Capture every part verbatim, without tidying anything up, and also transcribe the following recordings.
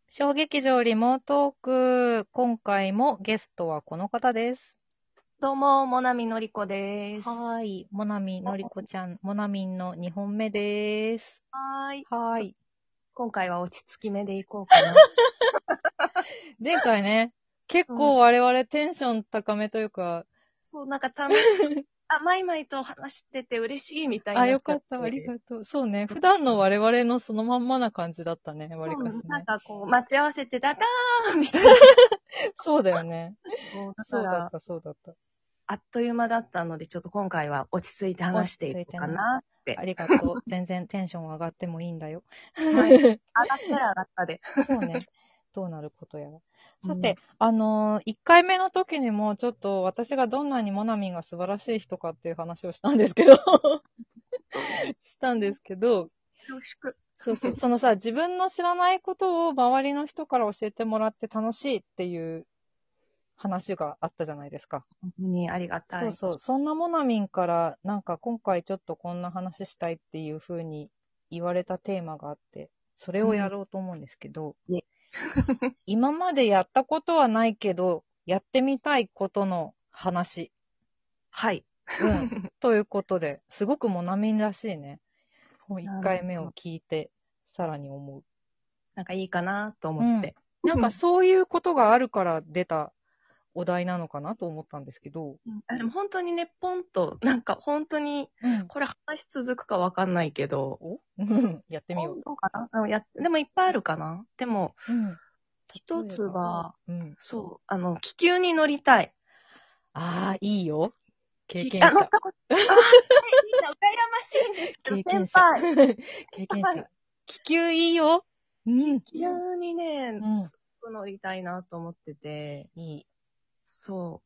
小劇場リモートーク。今回もゲストはこの方です。 どうも、もなみのりこです。 はーい。もなみのりこちゃん、もなみんのにほんめです。 はーい。 はーい。 今回は落ち着き目でいこうかな。 前回ね、結構我々テンション高めというか、 そう、なんか楽しく、あ、まいまいと話してて嬉しいみたいにあ、 なっちゃって。 よかった。ありがとう。そうね。普段の我々のそのまんまな感じだったね。わそう、 りかしね。 なんかこう、待ち合わせてダダーンみたいな。 そうだよね。 そう、だから、 そうだった、そうだった。 あっという間だったので、ちょっと今回は落ち着いて話していこうかなって。 ありがとう。全然テンション上がってもいいんだよ。 はい。上がったら上がったで。 そうね。どうなることやら。さて、 うん、 あのー、いっかいめの時にもちょっと私がどんなにモナミンが素晴らしい人かっていう話をしたんですけどしたんですけど、 恐縮。 そうそう、そのさ、自分の知らないことを周りの人から教えてもらって楽しいっていう話があったじゃないですか。 本当にありがたい。 そうそう、そんなモナミンからなんか今回ちょっとこんな話したいっていう風に言われたテーマがあって、それをやろうと思うんですけど、 うん、 今までやったことはないけど、やってみたいことの話。 はい。 うん。ということで、すごくモナミンらしいね。もう1 なん回目を聞いて、さらに思う。 なんかいいかなとうん。 思って。 なんかそういうことがあるから出たお題なのかなと思ったんですけど。 うんあでも本当にね、ポンと、なんか本当に、 うん。 これ話続くかわかんないけど、 おうんやってみよポンとかなうんやでもいっぱいあるかなでも、 う。うん。 一つ例えば。 は、 うん。 そう、あの、気球に乗りたい。 ああ、いいよ。経きあ、乗っ験者。 たこと、あー、いいな、羨ましいんですけど、 経験者。 先輩。 経験者。 はい。 気球いいよ。うん。 気球にね、 うん。 すごく乗りたいなと思ってて、 いい。 そう。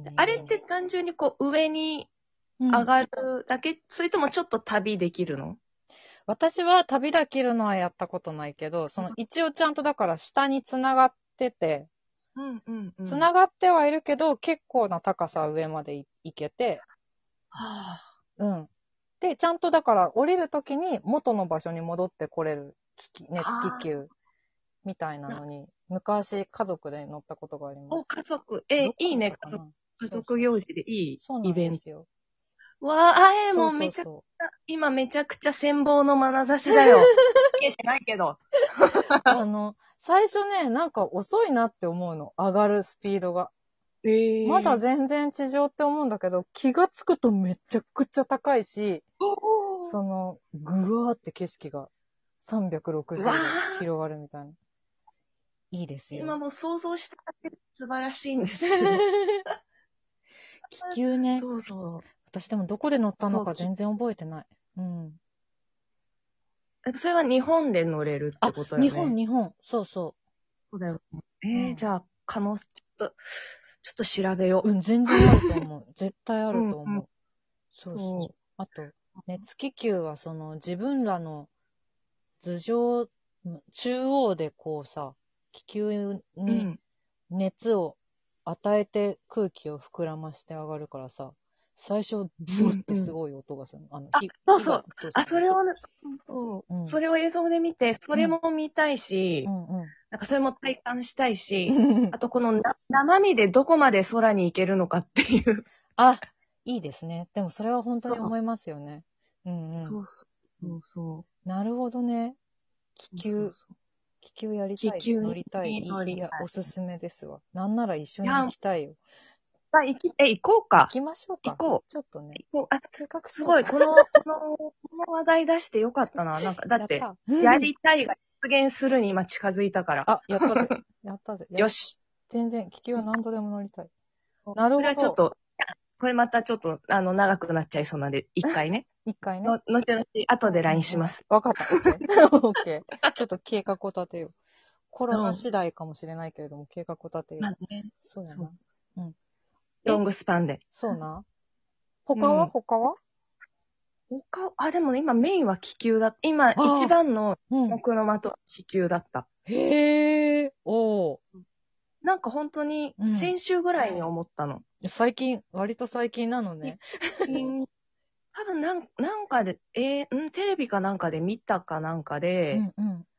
いいね、いいね。 あれって単純にこう、上にうん。 上がるだけ、それともちょっと旅できるの？ 私は旅できるのはやったことないけど、その一応ちゃんとだから下につながってて、 うんうんうん。 つながってはいるけど、結構な高さ上までい行けて、 はあ。 うん。で、ちゃんとだから降りるときに元の場所に戻ってこれる気気熱気は球みたいなあ。 のに、昔家族で乗ったことがありまお、 す。 家族。えどー、いいね、 こだったか家族。 な。 家そうそう。 族行事でいいそうなイベント。 んですよ。 わあ、えー、 そうもうめちゃくちそうそゃ、今めちゃくちゃ羨望の眼差しだよ。見えてないけど。 う。あの、最初ね、なんか遅いなって思うの。上がるスピードが。 えまだー。 全然地上って思うんだけど、気がつくとめちゃくちゃ高いし、 おー。 その、ぐわーって景色がさんびゃくろくじゅうわどあ、 広がるみたいな。いいですよ。 今もう想像しただけで素晴らしいんですけど。 気球ね。 そうそう。 私でもどこで乗ったのそう、きか全然覚えてない。うん。 えそれは日本で乗れるってあ、 ことよ日本、 ね。 日本。そうそそうだよ。えう。うー、 ん。 じゃあ、可能、ちょっと、ちょっと調べようん、全然あると思う。絶対あう。うんうん。 ると思う。そうそう。 そあと、熱気球はその自分らの頭上、中央でこうさ、気球う。うにん。 熱を与えて空気を膨らまして上がるからさ、最初、ブワっうんうん。 てすごい音がする。あの、 あ、 火、火が、 そうそう。あ、 そうそうそう。 それをね、そう。 うん。 それを映像で見て、それうん。 も見たいし、 うんうん。 なんかそれも体感したいし、あとこのな生身でどこまで空に行けるのかっていう。 あ、いいですね。でもそれは本当そう。 に思いますよね。うんうん。 そうそうそうそなるほどね。気う。そう球、 そう。 気球やりたい。 気球乗りたい。 に乗いい、いや、 りたい。 おすすめですわ。なんなら一緒に行いや、 きたいよ。 あ行き、え、行こうか。 行きましょうか。 行こちょっとね。 う。行こう。あ、 計画しすごい。 ようか。 この、この、この話題出してよかったな。なんか、だって、 やった。 やりたいが実現するに今近づいたから。 あ、やったぜ。やったぜ。やり、 よし。 全然、気球は何度でも乗りたい。 こなるほど。 れはちょっと、これまたちょっと、あの、長くなっちゃいそうなんで、一回ね。 一回ね。 の、後々、後でうんうんラインうん。 します。 わかった。オッケー。オッケー。ちょっと計画を立てよう。コロナうん。 次第かもしれないけれども、計画を立てよう。 まあね。 そうやな。 そうそうそうん。 う。ロえ、 ングスパンで。 そうな。 う他はん。 他は他、あ、でもね今メインは気球だ。今、一ああ、 番のうん。 目の的は地球だった。 へえ、おー。 なんか本当に、 うん。 先週ぐらいに思ったの。 最近、割と最近なの最ね。 近、多分なん、なんかで、えーんテレビかなんかで見たかなんかで、 うんうん。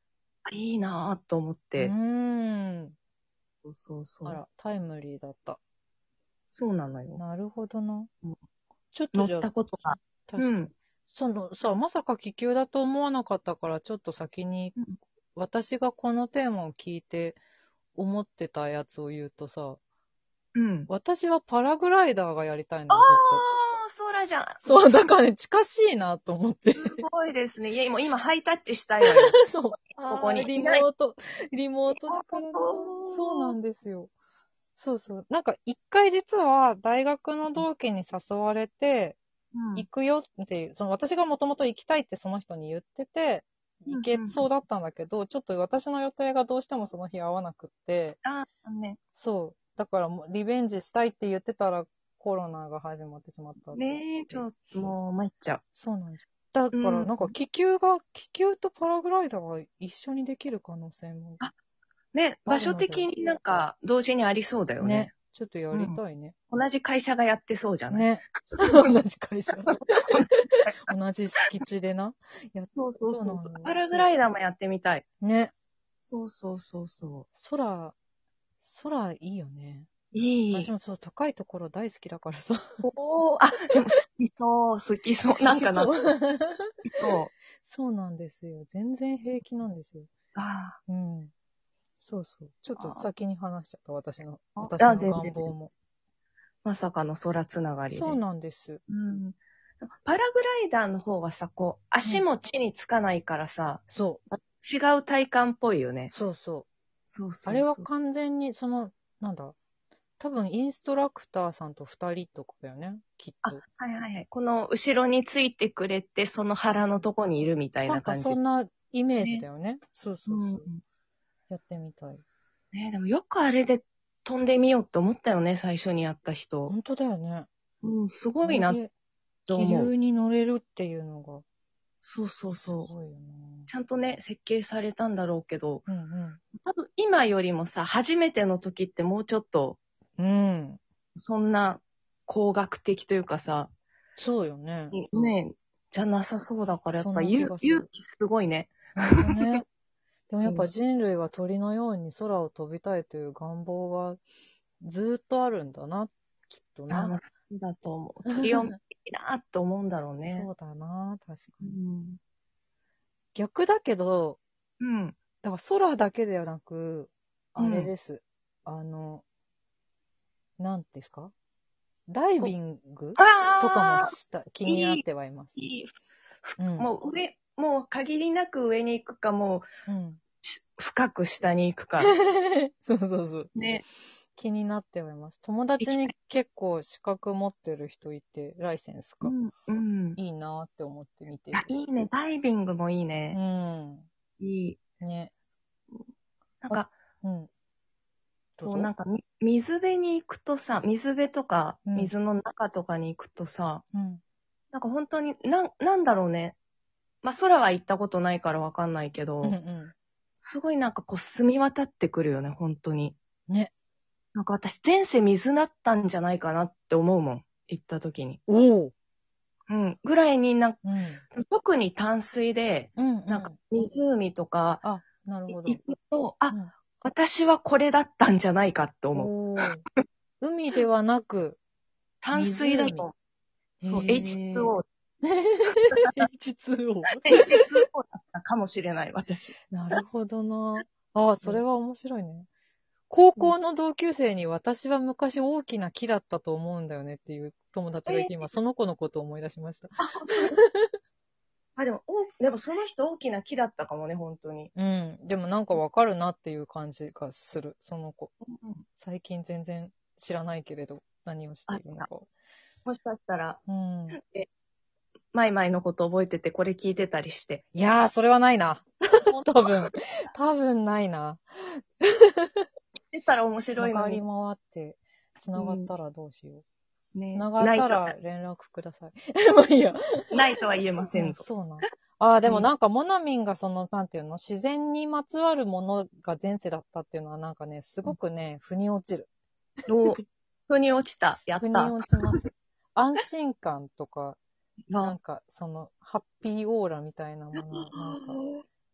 いいなぁと思っうて。 ーん。 そうそうそう。 あら、タイムリーだった。 そうなのよ。 なるほどな。 うんちょっとじゃあ、 乗ったことが。 確かに。 うん。 そのさ、まさか気球だと思わなかったから、ちょっと先に、 うん私がこのテーマを聞いて思ってたやつを言うとさ、 うん。 私はパラグライダーがやりたいあのよ、ずっと。 ー、空じゃん。 そう、だからね、近しいなと思って。 すごいですね。いや、もう今ハイタッチしたいわよ。 そう。 ここに。 あーリいない。 モート、リモートだからな。そうなんですよ。そうそう。なんか一回実は大学の同期に誘われて、 うん。 行くよっていう、その私がもともと行きたいってその人に言ってて、行けうんうんそうだったんだけど、ちょっと私の予定がどうしてもその日合わなくって、 あー、ね。 そう。だからもうリベンジしたいって言ってたらコロナが始まってしまったって。 ねえ、ちょっともう参っちゃそうなんです。だう。 からうん。 なんか気球が、気球とパラグライダーが一緒にできる可能性もあ、ね、場所あるのでは。 的になんか同時にありそうだよね。 ね。 ちょっとやうん。 りたいね。 同じ会社がやってそうじゃない？ ね。同じ会社。同じ敷地でな。や、 そうそうそうなそうそう。 のよ。 パラグそライダーもやってみたい。 う。ね。 そうそうそうそ空、空いいよね。 う。いい。 私もそう、高いところ大好きだからさ。 おー、あ、でも好きそう、好きそう。なんかな、 そう。 好きそう。 そうなんですよ。全然平気なんですよ。 あうん。そうそう。ちょっとあ、 先に話しちゃった、私の、 あ、 私の全然。 願望も。 まさかの空つながりそうで。 なんです。 うん。パラグライダーの方はさ、こう、足も地につかないからさ、 そう。 違う体感っぽいよね。 そうそう。 そうあれはそうそう。 完全に、その、なんだ、多分インストラクターさんと二人とかだよね、きっあ、 と。 はいはいはい。この後ろについてくれて、その腹のとこにいるみたいなんかな感じ。 そんなイメージね。 だよね。そううん。 そうそう。やってみたい。 ね、でもよくあれで飛んでみようって思ったよね、最初にやった人。 本当だよね。 うん、すごいなっあれでて思う。 気流に乗れるっていうのがそうそうすそう。 ごいよちゃんとね、設計されたんだろうけど、 な。 多分今よりもさ、初めての時ってもうちょっと、 うんうん。うん。 そんな工学的というかさ、 そうよね。 ねえ、じゃなさそうだから、やっそんな気ぱ勇がする。 勇気すごいね。 本当ね。でもやっぱそうそう。 人類は鳥のように空を飛びたいという願望がずーっとあるんだな、きっとあ、 な。 もう好きだと思う。鳥を見ていいなって思うんだろうね。 そうだな、確かうに。 ん。 逆だけど、 うん。 だから空だけではなく、あれうん。 です。あの、なんですかダイこビングとかもああ、 した、気になっいい、 てはいます。 いい。 うん。 もう上、もう限りなく上に行くか、もううん。 し深く下に行くか。 そうそうそう。 ね。 気になってはいます。友行きたい。 達に結構資格持ってる人いて、ライセンスか。 うん、うん。 いいなーって思って見てあ、 る。 いいね。ダイビングもいいうね。 ん。 いい。 ね。あ、 なんか、 うん。どうこうぞ。 なんかみ、水辺に行くとさ、水辺とか、 うん。 水の中とかに行くとさ、 うん。 なんか本当に、なん、なんだろうね。まあ、空は行ったことないからわかんないけうんど、 うすごいなんかこう、澄み渡ってくるよね、本当に。 ん。ね。 なんか私、前世水だったんじゃないかなって思うもん。行った時に。 おお。 うん。ぐらいになんうん。 特に淡水で、 うんうなんかん。 湖とかあ、なるほど。 い行くと、あ、 うん。 私はこれだったんじゃないかって思う。 おお。海ではなく、 淡水だ湖。 と、そう、 へえ。 エイチツーオー。 エイチツーオー。 エイチツーオー だったかもしれない、私。 なるほどな。ああ、そそうれは面白いね。高そうそ校の同級生に私は昔大きな木だったと思うんだよねっていう友達う。 がいて、 えー、 今その子のことを思い出しました。 あ、本当に。あ、でも、お、でもその人大きな木だったかもね、本当に。 うん。でもなんかわかるなっていう感じがする、その子。 うん、 最近全然知らないけれど、何をしてあった。 いるのかを。 もしかしたら、 うん。 え、マイマイのこと覚えてて、これ聞いてたりして。 いやー、それはないな。 本当多分、多分ないな。 出たら面白いのに。 回り回って、 うん。 繋がったらどうしよう。 ね。 繋がっないと、 たら連絡ください。まあいいや。 ないとは言えませうん、 んぞ。 そうなん。ああ、でうん。 もなんか、モナミンがその、なんていうの、自然にまつわるものが前世だったっていうのはなんかね、すごくね、腑に落ちる。 お、腑に落ちた。やっ腑にた。 落ちます。安心感とか、なあ、 んか、その、ハッピーオーラみたいなもの、なんか、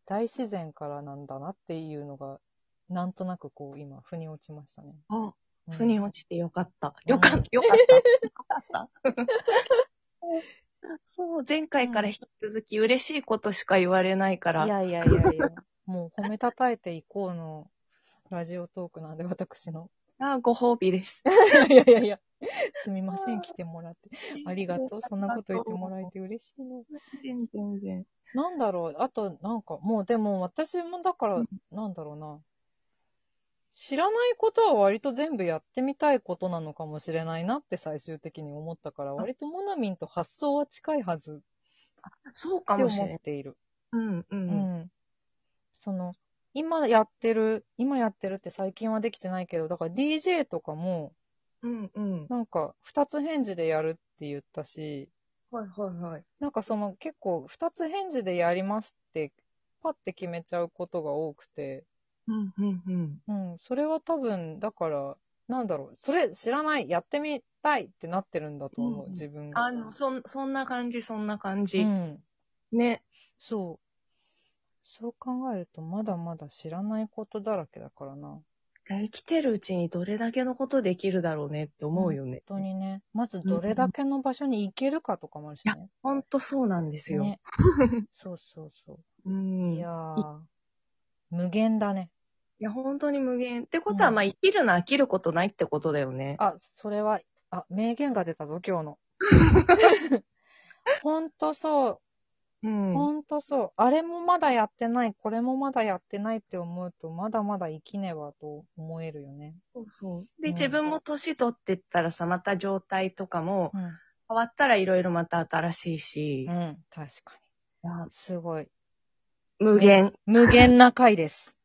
大自然からなんだなっていうのが、なんとなくこう、今、腑に落ちましたね。 あ、 うん腑に落ちてよかった。 うんよかった、よかった。よかった。そう、前回から引き続き嬉しいことしか言われないから。 いやいやいやいや、もう褒めたたえていこうのラジオトークなんで、私の。 あ、ご褒美です。 いやいやいや、すみません、来てもらって。ありがとう。そんなこと言ってもらえて嬉しいの。 全然全然。 なんだろう、あと、なんか、もうでも私もだから、 うんなんだろうな。知らないことは割と全部やってみたいことなのかもしれないなって最終的に思ったから、割とモナミンと発想は近いはずそうってかもしれない。 思っている。 うんう。 うんん。その、今やってる、今やってるって最近はできてないけど、だから ディージェー とかも、 うんうん。 なんか二つ返事でやるって言ったし、 はいはいはい。 なんかその結構二つ返事でやりますって、パッて決めちゃうことが多くて、 うんうんうん。 うん、それは多分、だから、なんだろう、それ知らない、やってみたいってなってるんだと思う、 うん自分が。 あの、そん、そんな感じ、そんな感じ。 うん、 ね。 そう。そう考えると、まだまだ知らないことだらけだからな。 生きてるうちにどれだけのことできるだろうねって思うよね。 本当にね。まず、 うんどれだけの場所に行けるかとかもあるしいや、 ね。 ほんとそうなんですよ。 ね。そうそうそう。 うん。 いやいー、無限だね。 や、本当に無限。ってことは、 うんまあ、生きるの飽きることないってことだよね。 あ、それは、あ、名言が出たぞ、今日の。ほんとそう。 うん。 ほんとそう。あれもまだやってない、これもまだやってないって思うと、まだまだ生きねばと思えるよね。 そうそう。で、 うん自分も年取ってったらさ、また状態とかもうん。 変わったらいろいろまた新しいしう、ん、確かいやに。すごい。 無限。 無限な回です。